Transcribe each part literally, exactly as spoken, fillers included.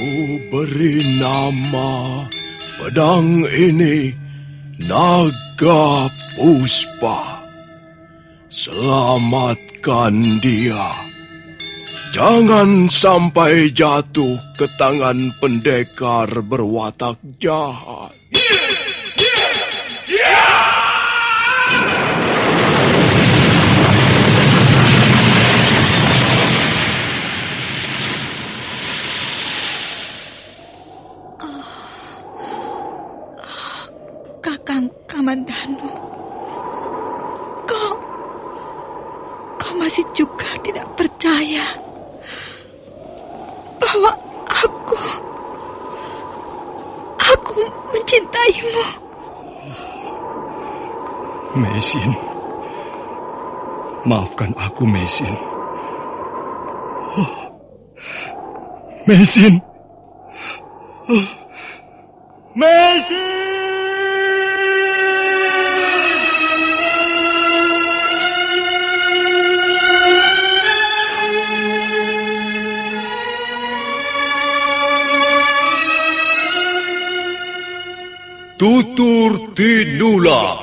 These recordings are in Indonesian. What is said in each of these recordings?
Ku beri nama pedang ini Naga Puspa. Selamatkan dia. Jangan sampai jatuh ke tangan pendekar berwatak jahat. Kakang Kamandanu, kau, kau masih juga tidak percaya bahwa aku, aku mencintaimu. Mesin, maafkan aku, Mesin. Oh, Mesin, oh, Mesin. Tutur Tinula.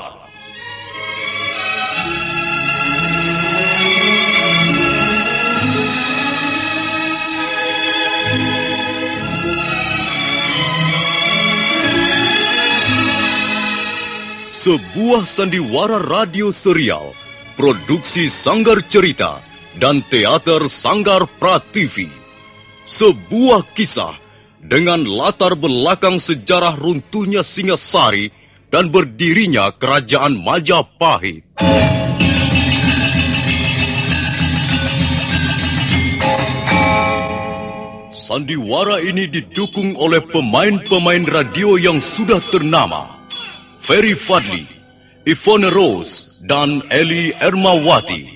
Sebuah sandiwara radio serial, produksi Sanggar Cerita dan Teater Sanggar Prativi. Sebuah kisah dengan latar belakang sejarah runtuhnya Singasari dan berdirinya Kerajaan Majapahit. Sandiwara ini didukung oleh pemain-pemain radio yang sudah ternama. Ferry Fadli, Ivone Rose, dan Eli Ermawati.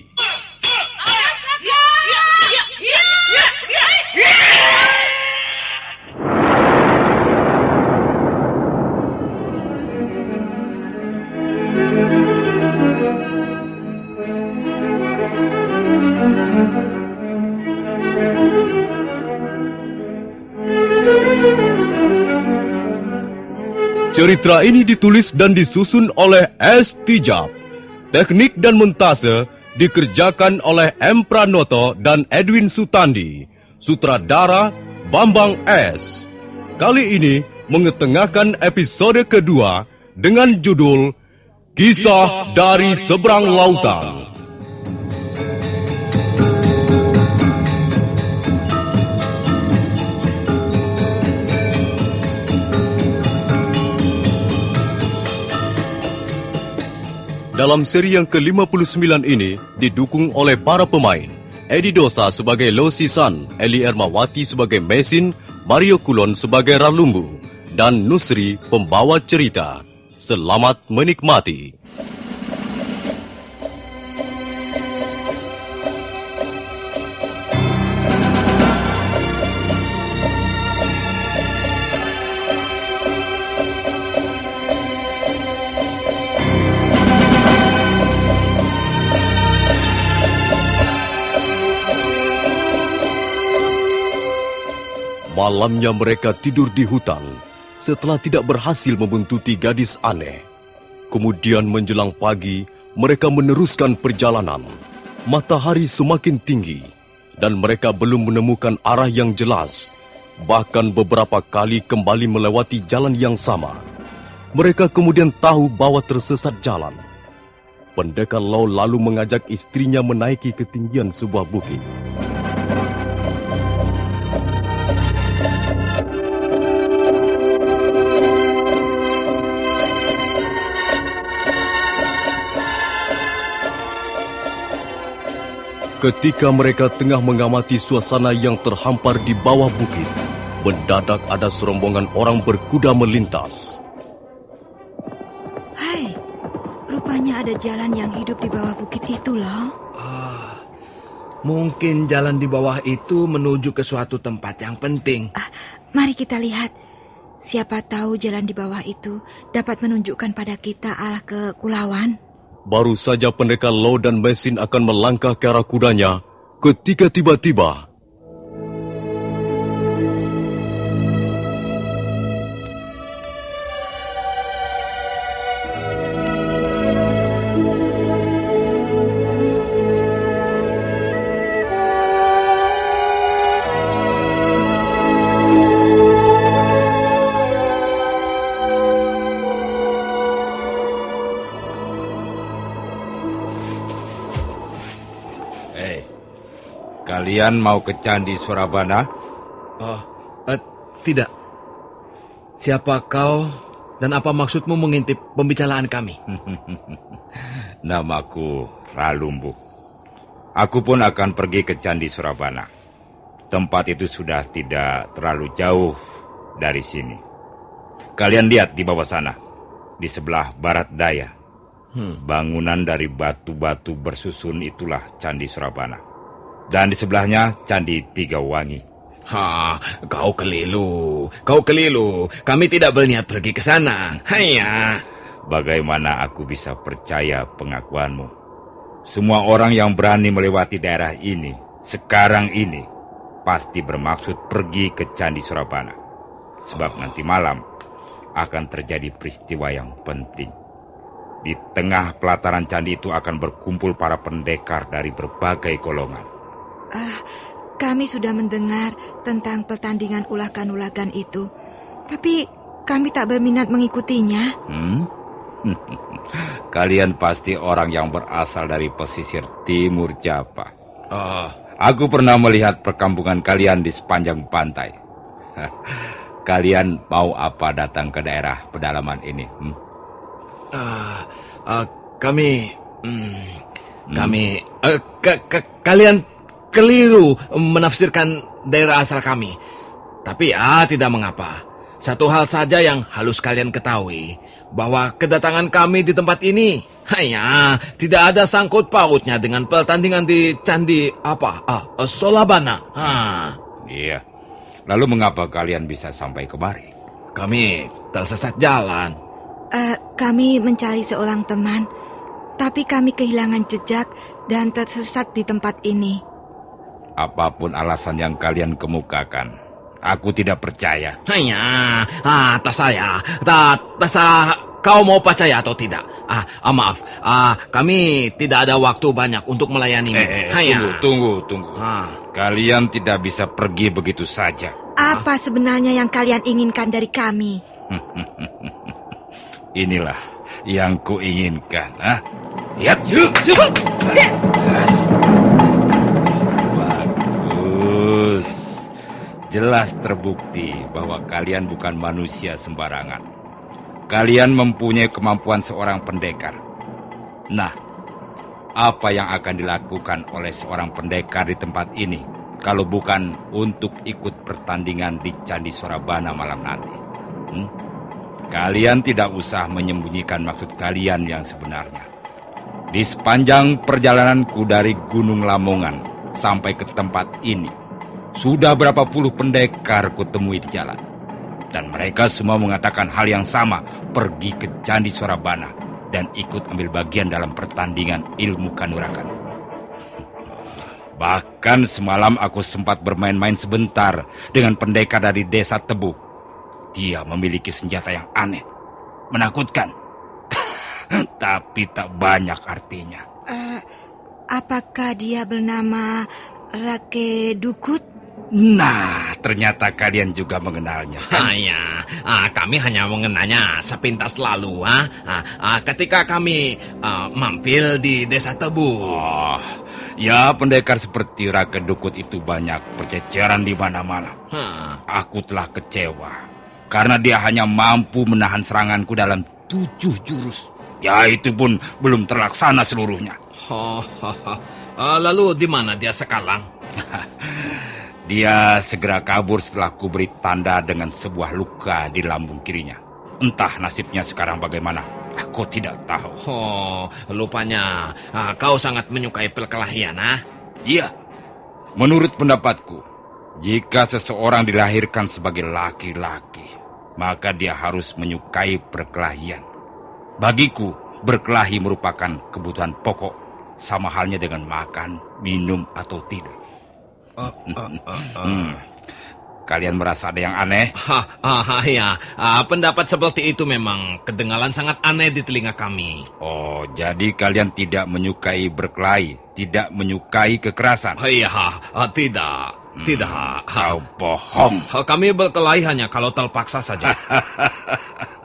Cerita ini ditulis dan disusun oleh S. Tijab. Teknik dan montase dikerjakan oleh M. Pranoto dan Edwin Sutandi. Sutradara Bambang S. Kali ini mengetengahkan episode kedua dengan judul Kisah dari Seberang Lautan. Dalam seri yang ke lima puluh sembilan ini didukung oleh para pemain Edi Dosa sebagai Lo Sisan, Eli Ermawati sebagai Mesin, Mario Kulon sebagai Ralumbu, dan Nusri pembawa cerita. Selamat menikmati. Malamnya mereka tidur di hutan setelah tidak berhasil membuntuti gadis aneh. Kemudian menjelang pagi, mereka meneruskan perjalanan. Matahari semakin tinggi dan mereka belum menemukan arah yang jelas. Bahkan beberapa kali kembali melewati jalan yang sama. Mereka kemudian tahu bahwa tersesat jalan. Pendekar Lau lalu mengajak istrinya menaiki ketinggian sebuah bukit. Ketika mereka tengah mengamati suasana yang terhampar di bawah bukit, mendadak ada serombongan orang berkuda melintas. Hai, rupanya ada jalan yang hidup di bawah bukit itu loh. Ah, mungkin jalan di bawah itu menuju ke suatu tempat yang penting. Ah, mari kita lihat. Siapa tahu jalan di bawah itu dapat menunjukkan pada kita arah ke Kulawan. Baru saja pendekar Lau dan Mesin akan melangkah ke arah kudanya, ketika tiba-tiba Kalian mau ke Candi Surabana? Oh, eh, tidak. Siapa kau dan apa maksudmu mengintip pembicaraan kami? Namaku Ralumbu. Aku pun akan pergi ke Candi Surabana. Tempat itu sudah tidak terlalu jauh dari sini. Kalian lihat di bawah sana, di sebelah barat daya. Hmm. Bangunan dari batu-batu bersusun itulah Candi Surabana. Dan di sebelahnya Candi Tiga Wangi. Ha, kau keliru, kau keliru. Kami tidak berniat pergi ke sana. Hanya. Bagaimana aku bisa percaya pengakuanmu? Semua orang yang berani melewati daerah ini, sekarang ini, pasti bermaksud pergi ke Candi Surabana. Sebab nanti malam akan terjadi peristiwa yang penting. Di tengah pelataran candi itu akan berkumpul para pendekar dari berbagai golongan. Ah, kami sudah mendengar tentang pertandingan ulakan-ulakan itu. Tapi kami tak berminat mengikutinya. Hmm? Kalian pasti orang yang berasal dari pesisir timur Java. Oh. Aku pernah melihat perkampungan kalian di sepanjang pantai. Kalian mau apa datang ke daerah pedalaman ini? Hmm? Uh, uh, kami, hmm, hmm. kami, uh, ke, ke, kalian keliru menafsirkan daerah asal kami. Tapi ya tidak mengapa. Satu hal saja yang harus kalian ketahui, bahwa kedatangan kami di tempat ini hanya tidak ada sangkut pautnya dengan pertandingan di Candi apa? Ah, Surabana. Ah. Iya. Lalu mengapa kalian bisa sampai kemari? Kami tersesat jalan. Uh, kami mencari seorang teman, tapi kami kehilangan jejak dan tersesat di tempat ini. Apapun alasan yang kalian kemukakan, aku tidak percaya. Hanya, ah, tas saya, tas, tas kau mau percaya atau tidak? Ah, ah maaf, ah, kami tidak ada waktu banyak untuk melayani. Eh, eh tunggu, tunggu, tunggu. Ah. Kalian tidak bisa pergi begitu saja. Apa ah? sebenarnya yang kalian inginkan dari kami? Inilah yang kuinginkan. Ah, lihat, yuk, bagus. Jelas terbukti bahwa kalian bukan manusia sembarangan. Kalian mempunyai kemampuan seorang pendekar. Nah, apa yang akan dilakukan oleh seorang pendekar di tempat ini kalau bukan untuk ikut pertandingan di Candi Surabana malam nanti? Hmm? Kalian tidak usah menyembunyikan maksud kalian yang sebenarnya. Di sepanjang perjalananku dari Gunung Lamongan sampai ke tempat ini, sudah berapa puluh pendekar kutemui di jalan. Dan mereka semua mengatakan hal yang sama, pergi ke Candi Surabana dan ikut ambil bagian dalam pertandingan ilmu kanuragan. Bahkan semalam aku sempat bermain-main sebentar dengan pendekar dari desa Tebu. Dia memiliki senjata yang aneh, menakutkan, tapi tak banyak artinya. Uh, apakah dia bernama Rake Dukut? Nah, ternyata kalian juga mengenalnya, kan? Ah, ya. Ah, kami hanya mengenalnya sepintas lalu. Ah. Ah, ah, ketika kami ah, mampir di desa Tebu. Oh, ya pendekar seperti Rake Dukut itu banyak berceceran di mana-mana. Hmm. Aku telah kecewa karena dia hanya mampu menahan seranganku dalam tujuh jurus. Ya, itu pun belum terlaksana seluruhnya. Oh, oh, oh. Uh, lalu di mana dia sekarang? Dia segera kabur setelah ku beri tanda dengan sebuah luka di lambung kirinya. Entah nasibnya sekarang bagaimana, aku tidak tahu. Oh, lupanya uh, kau sangat menyukai perkelahian, ah? Iya, menurut pendapatku, jika seseorang dilahirkan sebagai laki-laki, maka dia harus menyukai perkelahian. Bagiku, berkelahi merupakan kebutuhan pokok, sama halnya dengan makan, minum, atau tidur. Uh, uh, uh, uh. Hmm. Kalian merasa ada yang aneh? Ha, ha, ya, uh, pendapat seperti itu memang kedengaran sangat aneh di telinga kami. Oh, jadi kalian tidak menyukai berkelahi, tidak menyukai kekerasan? Oh, iya, uh, tidak, hmm, tidak. Kau bohong. Uh, kami berkelahi hanya kalau terpaksa saja.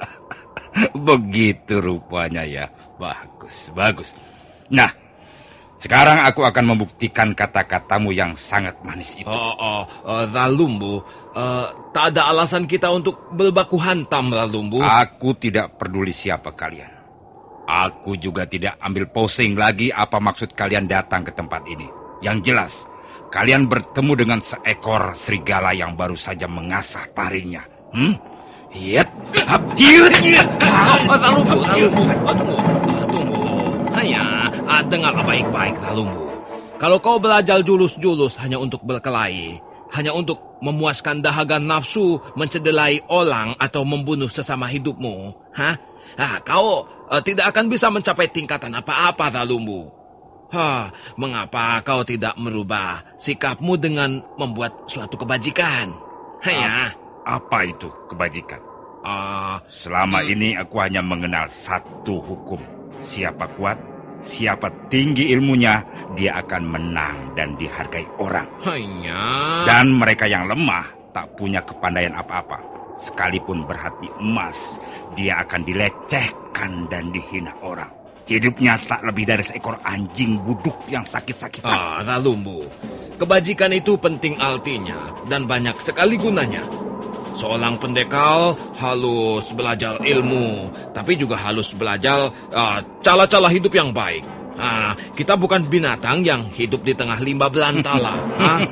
Begitu rupanya ya, bagus, bagus. Nah, Sekarang aku akan membuktikan kata-katamu yang sangat manis itu. Oh, oh, uh, Ralumbu, uh, tak ada alasan kita untuk berbaku hantam, Ralumbu. Aku tidak peduli siapa kalian. Aku juga tidak ambil pusing lagi apa maksud kalian datang ke tempat ini. Yang jelas, kalian bertemu dengan seekor serigala yang baru saja mengasah taringnya. Hmm? Yet, hap, yet, yet. Ralumbu, Ralumbu, tunggu, tunggu. Hanya, ah, dengarlah baik-baik, Ralumbu. Kalau kau belajar julus-julus hanya untuk berkelahi, hanya untuk memuaskan dahaga nafsu, mencederai orang atau membunuh sesama hidupmu, hah? Ah, kau uh, tidak akan bisa mencapai tingkatan apa-apa, Ralumbu. Hah, mengapa kau tidak merubah sikapmu dengan membuat suatu kebajikan? Hanya. Apa itu kebajikan? Uh, Selama ini aku hanya mengenal satu hukum. Siapa kuat, siapa tinggi ilmunya, dia akan menang dan dihargai orang. Hanya. Dan mereka yang lemah tak punya kepandaian apa-apa. Sekalipun berhati emas, dia akan dilecehkan dan dihina orang. Hidupnya tak lebih dari seekor anjing buduk yang sakit-sakitan. Ah, Ralumbu, kebajikan itu penting artinya dan banyak sekali gunanya. Seorang pendekar harus belajar ilmu, tapi juga harus belajar uh, cara-cara hidup yang baik. Uh, kita bukan binatang yang hidup di tengah limbah belantala. uh.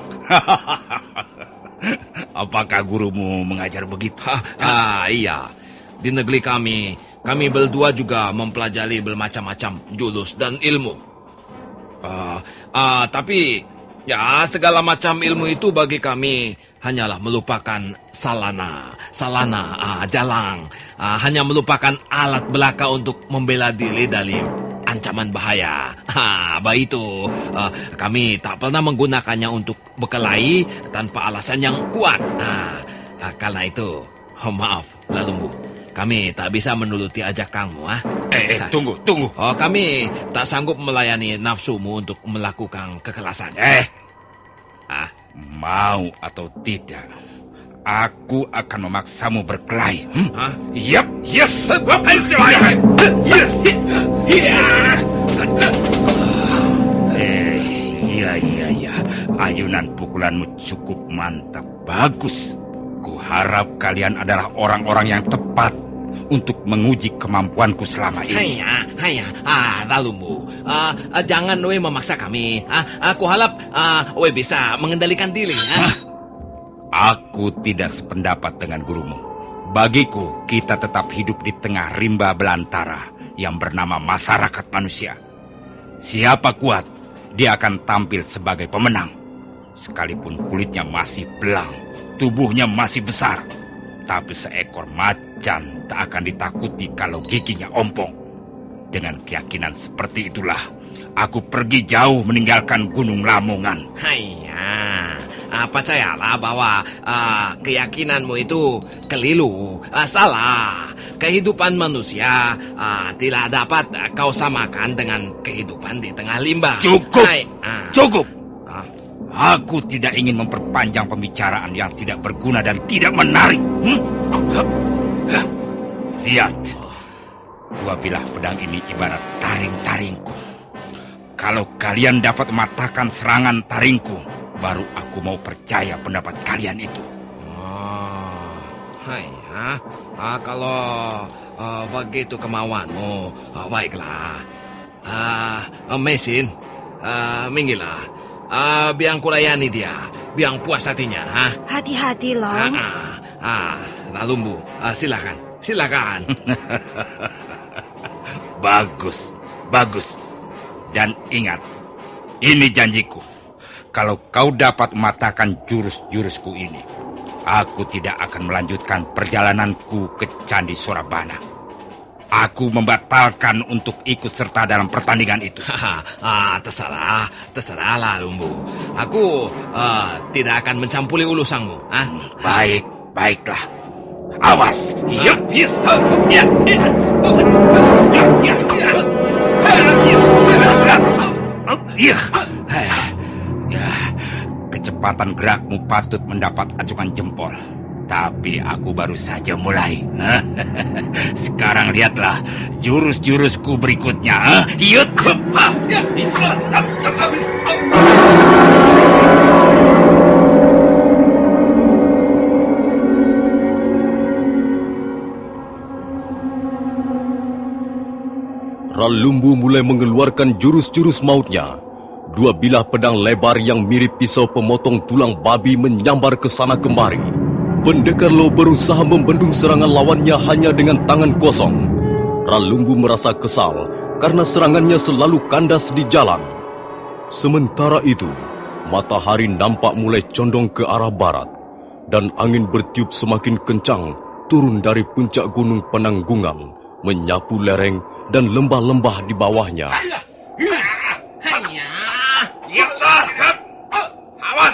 Apakah gurumu mengajar begitu? Ah, iya. Di negeri kami, kami berdua juga mempelajari bermacam-macam jurus dan ilmu. Uh, uh, tapi, ya segala macam ilmu itu bagi kami hanyalah melupakan salana, salana, uh, jalang. Uh, hanya melupakan alat belaka untuk membela diri dari ancaman bahaya. Ha, bah itu uh, kami tak pernah menggunakannya untuk berkelahi tanpa alasan yang kuat. Nah, uh, karena itu, oh, maaf, Ralumbu, kami tak bisa menuruti ajakanmu. Ah. Eh, eh, tunggu, tunggu. Oh, kami tak sanggup melayani nafsumu untuk melakukan kekerasan. Eh, ah. Mau atau tidak, aku akan memaksamu berkelahi. Hmm? Hah? Yap, yes, yes, Eh, iya, iya, iya. Ayunan pukulanmu cukup mantap, bagus. Kuharap kalian adalah orang-orang yang tepat untuk menguji kemampuanku selama ini. Hanya, hanya, ah, Ralumbu, ah, ah, jangan we memaksa kami. Ah, aku harap ah, we bisa mengendalikan diri. Ah. Aku tidak sependapat dengan gurumu. Bagiku, kita tetap hidup di tengah rimba belantara yang bernama masyarakat manusia. Siapa kuat, dia akan tampil sebagai pemenang. Sekalipun kulitnya masih belang, tubuhnya masih besar, tapi seekor macan tak akan ditakuti kalau giginya ompong. Dengan keyakinan seperti itulah, aku pergi jauh meninggalkan Gunung Lamongan. Hanya, ah, percayalah bahwa ah, keyakinanmu itu keliru, ah, salah. Kehidupan manusia ah, tidak dapat ah, kau samakan dengan kehidupan di tengah limbah. Cukup, Hai, ah. cukup. Ah. Aku tidak ingin memperpanjang pembicaraan yang tidak berguna dan tidak menarik. Hmm? Lihat, dua bilah pedang ini ibarat taring-taringku. Kalau kalian dapat mematahkan serangan taringku, baru aku mau percaya pendapat kalian itu. Oh, hai, ah. Ah, kalau ah, begitu kemauanmu, ah, baiklah. Ah, Mesin, ah, minggirlah. Ah, biang kulayani dia, biang puas hatinya. Ah. Hati-hati, Ah, Long. ah, ah, Ralumbu, ah, silakan, silakan. Bagus, bagus. Dan ingat, ini janjiku. Kalau kau dapat mematahkan jurus-jurusku ini, aku tidak akan melanjutkan perjalananku ke Candi Sorabana. Aku membatalkan untuk ikut serta dalam pertandingan itu. Ah, terserah, terserahlah, Lumbu. Aku ah, tidak akan mencampuri urusanmu. Ah? Baik, baiklah. Awas. Yup, yes. Ya, ya, ya, ya. Yes. Ya, kecepatan gerakmu patut mendapat acungan jempol. Tapi aku baru saja mulai. Sekarang lihatlah jurus-jurusku berikutnya. Yut, habis. Ralumbu mulai mengeluarkan jurus-jurus mautnya. Dua bilah pedang lebar yang mirip pisau pemotong tulang babi menyambar ke sana kemari. Pendekar Lo berusaha membendung serangan lawannya hanya dengan tangan kosong. Ralumbu merasa kesal karena serangannya selalu kandas di jalan. Sementara itu, matahari nampak mulai condong ke arah barat dan angin bertiup semakin kencang turun dari puncak gunung Penanggungan, menyapu lereng dan lembah-lembah di bawahnya. Awas!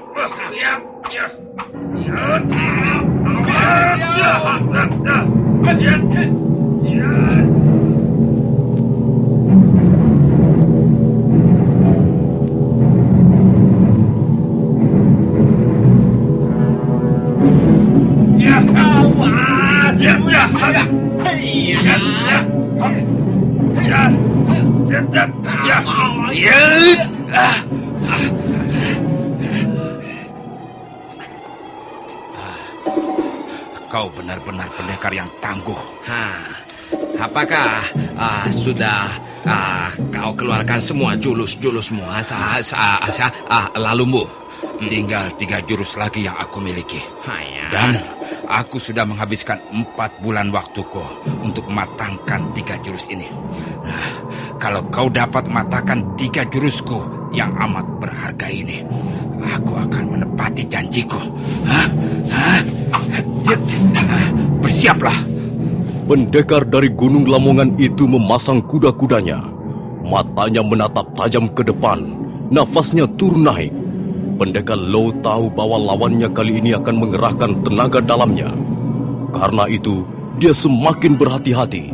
Kau benar-benar pendekar yang tangguh. Ha, apakah uh, sudah uh, kau keluarkan semua jurus-jurusmu, sa, sa, sa, uh, Lalumbu? Tinggal tiga jurus lagi yang aku miliki. Hanya. Dan aku sudah menghabiskan empat bulan waktuku untuk mematangkan tiga jurus ini. Nah, kalau kau dapat mematahkan tiga jurusku yang amat berharga ini, aku akan menepati janjiku. Hah? Hah? Bersiaplah. Pendekar dari Gunung Lamongan itu memasang kuda-kudanya. Matanya menatap tajam ke depan. Nafasnya turun naik. Pendekar Lo tahu bahwa lawannya kali ini akan mengerahkan tenaga dalamnya. Karena itu, dia semakin berhati-hati.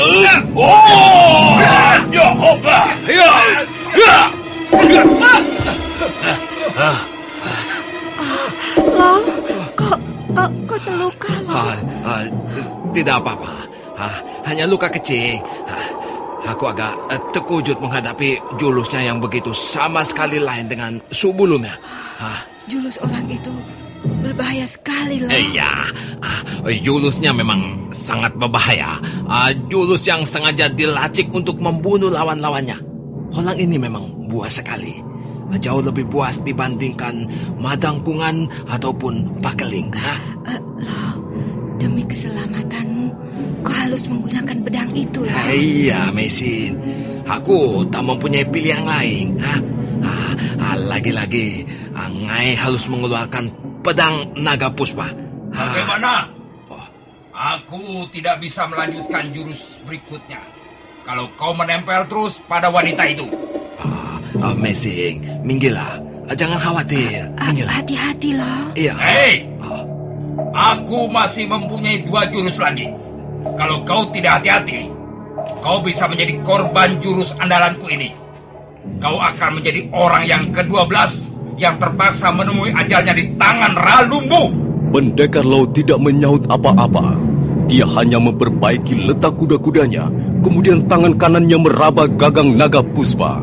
Lo, kok, kok, kok terluka, Lo? Ah, ah, tidak apa-apa. Ah, hanya luka kecil. Ah, aku agak uh, terkejut menghadapi jurusnya yang begitu sama sekali lain dengan sebelumnya. Ah. Jurus orang itu berbahaya sekali, Lo. Iya, ah, jurusnya memang sangat berbahaya. Ah, jurus yang sengaja dilacik untuk membunuh lawan-lawannya. Orang ini memang buas sekali. Jauh lebih buas dibandingkan Madangkungan ataupun Pakeling. Uh, uh, Lo, demi keselamatanmu, kau harus menggunakan pedang itu, Lo. Iya, Mesin. Aku tak mempunyai pilihan lain. Hah? Ah, ah, lagi-lagi, ah, Ngai harus mengeluarkan pedang naga puspa. Ah. Bagaimana? Oh. Aku tidak bisa melanjutkan jurus berikutnya kalau kau menempel terus pada wanita itu. Ah, ah, Mesin, minggirlah. Ah, jangan khawatir. Minggirlah. Hati-hati, Lo. Iya. Hei! Ah. Aku masih mempunyai dua jurus lagi. Kalau kau tidak hati-hati, kau bisa menjadi korban jurus andalanku ini. Kau akan menjadi orang yang kedua belas yang terpaksa menemui ajalnya di tangan Ralumbu. Pendekar Lo tidak menyaut apa-apa. Dia hanya memperbaiki letak kuda-kudanya. Kemudian tangan kanannya meraba gagang naga puspa.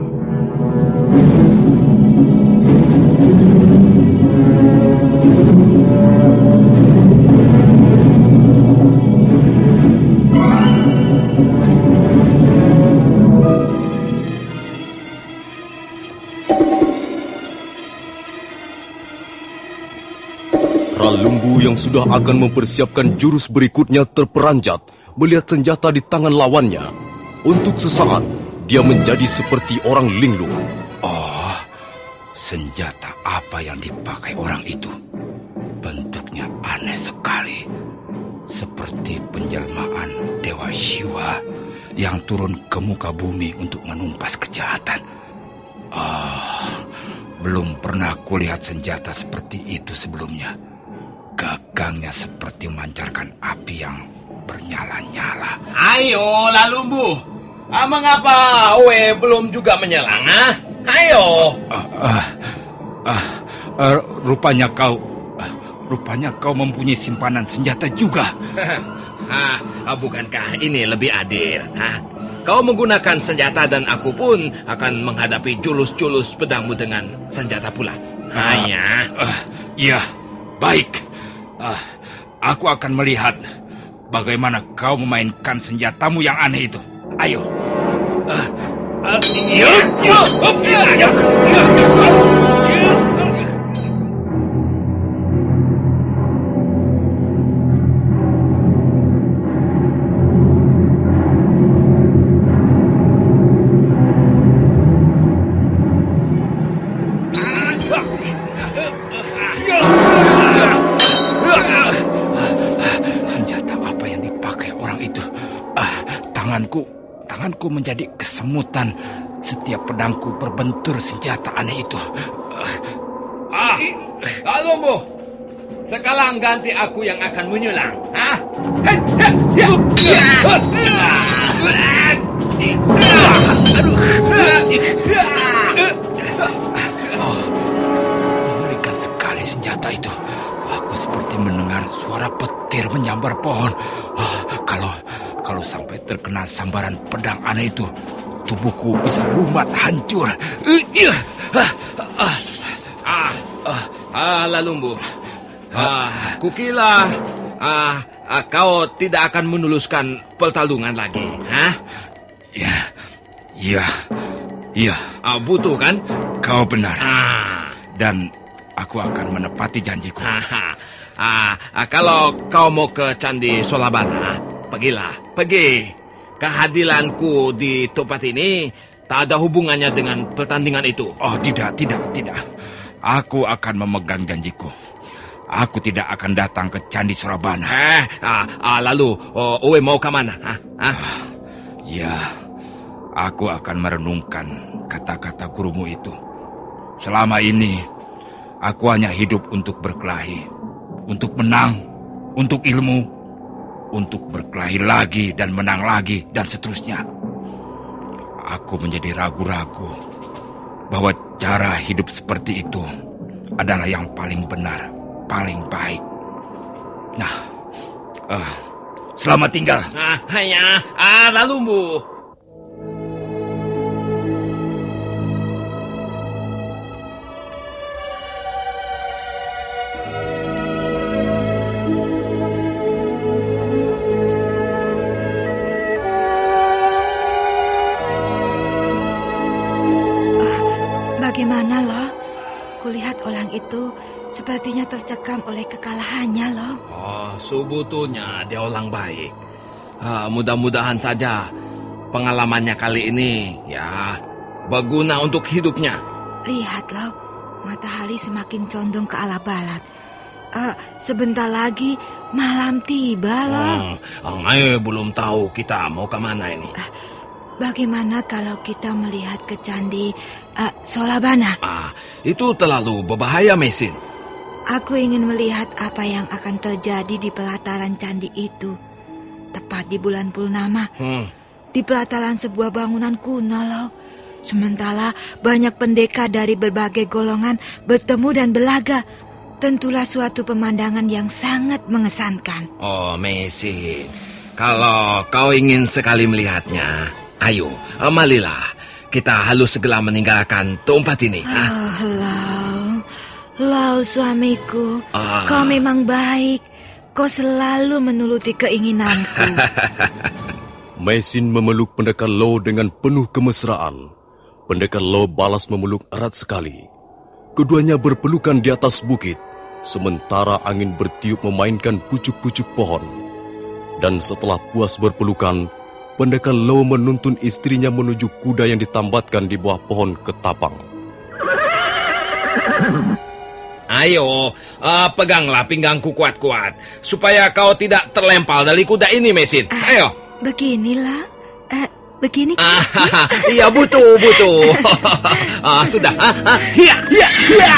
Ralumbu yang sudah akan mempersiapkan jurus berikutnya terperanjat melihat senjata di tangan lawannya. Untuk sesaat, dia menjadi seperti orang linglung. Oh, senjata apa yang dipakai orang itu? Bentuknya aneh sekali. Seperti penjelmaan Dewa Shiva yang turun ke muka bumi untuk menumpas kejahatan. Oh, belum pernah kulihat senjata seperti itu sebelumnya. Gagangnya seperti memancarkan api yang bernyala-nyala. Ayo, Lalumbu. Ah, mengapa Owe belum juga menyelang, ah? Ayo. Ah, ah, ah, ah, rupanya kau, ah, rupanya kau mempunyai simpanan senjata juga. Ah, bukankah ini lebih adil? Ah, kau menggunakan senjata dan aku pun akan menghadapi julus-julus pedangmu dengan senjata pula. Hanya, uh, uh, ya, baik. Uh, aku akan melihat bagaimana kau memainkan senjatamu yang aneh itu. Ayo. Uh, uh, ya, ya, ya, ya, ya. Tanganku menjadi kesemutan setiap pedangku berbentur senjata aneh itu. Ah, Lalumbu, sekarang ganti aku yang akan menyulang. Ah, oh, mengerikan sekali senjata itu. Aku seperti mendengar suara petir menyambar pohon. Oh, kalau Kalau sampai terkena sambaran pedang aneh itu, tubuhku bisa lumat hancur. Ah, ah, ah, Lalumbu, ah, kukira ah, ah, kau tidak akan menuluskan pertarungan lagi, hah? Ya, iya, iya. Ah, butuh kan? Kau benar. Ah. Dan aku akan menepati janjiku. Ah, ah, ah, kalau kau mau ke Candi Solabana, pergilah, pergi. Kehadiranku di tempat ini tak ada hubungannya dengan pertandingan itu. Oh, tidak, tidak, tidak. Aku akan memegang janjiku. Aku tidak akan datang ke Candi Sorabana. Eh, ah, ah, lalu, oh, Owe mau ke mana? Ah, ah? Ya, aku akan merenungkan kata-kata gurumu itu. Selama ini, aku hanya hidup untuk berkelahi, untuk menang, untuk ilmu, untuk berkelahi lagi dan menang lagi, dan seterusnya. Aku menjadi ragu-ragu bahwa cara hidup seperti itu adalah yang paling benar, paling baik. Nah, uh, selamat tinggal. Ah, ya, ah, Lalumbu. Bagaimana loh? Kulihat orang itu sepertinya tercekam oleh kekalahannya loh. Oh, sebetulnya dia orang baik. Ah, mudah-mudahan saja pengalamannya kali ini ya berguna untuk hidupnya. Lihat loh, matahari semakin condong ke arah barat. Uh, sebentar lagi malam tiba loh. Hmm, Ayo belum tahu kita mau ke mana ini. Uh, bagaimana kalau kita melihat ke Candi uh, Solabana? Ah, itu terlalu berbahaya, Mesin. Aku ingin melihat apa yang akan terjadi di pelataran candi itu. Tepat di bulan purnama. Hmm. Di pelataran sebuah bangunan kuno loh. Sementara banyak pendekar dari berbagai golongan bertemu dan berlaga. Tentulah suatu pemandangan yang sangat mengesankan. Oh, Mesin, kalau kau ingin sekali melihatnya, ayo, marilah. Kita harus segera meninggalkan tempat ini. Oh, Lau, Lau suamiku, ah. Kau memang baik. Kau selalu menuruti keinginanku. Mesin memeluk pendekar Lau dengan penuh kemesraan. Pendekar Lau balas memeluk erat sekali. Keduanya berpelukan di atas bukit, sementara angin bertiup memainkan pucuk-pucuk pohon. Dan setelah puas berpelukan, pendekar Lau menuntun istrinya menuju kuda yang ditambatkan di bawah pohon ketapang. Ayo, uh, peganglah pinggangku kuat-kuat, supaya kau tidak terlempar dari kuda ini, Mesin. Ayo. Beginilah, uh, begini. Ah, iya, butuh, butuh. ah, sudah. Ah, ah, hiya, hiya, hiya.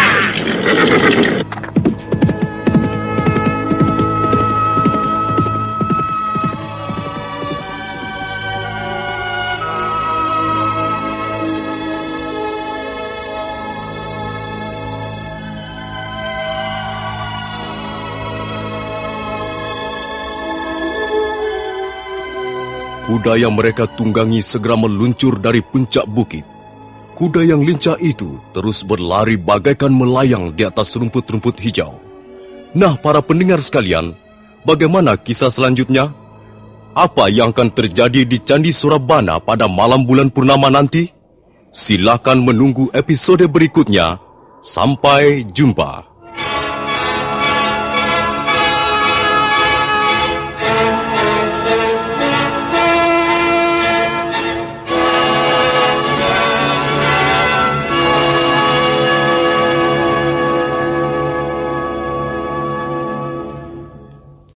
kuda yang mereka tunggangi segera meluncur dari puncak bukit. Kuda yang lincah itu terus berlari bagaikan melayang di atas rumput-rumput hijau. Nah, para pendengar sekalian, bagaimana kisah selanjutnya? Apa yang akan terjadi di Candi Surabana pada malam bulan purnama nanti? Silakan menunggu episode berikutnya. Sampai jumpa.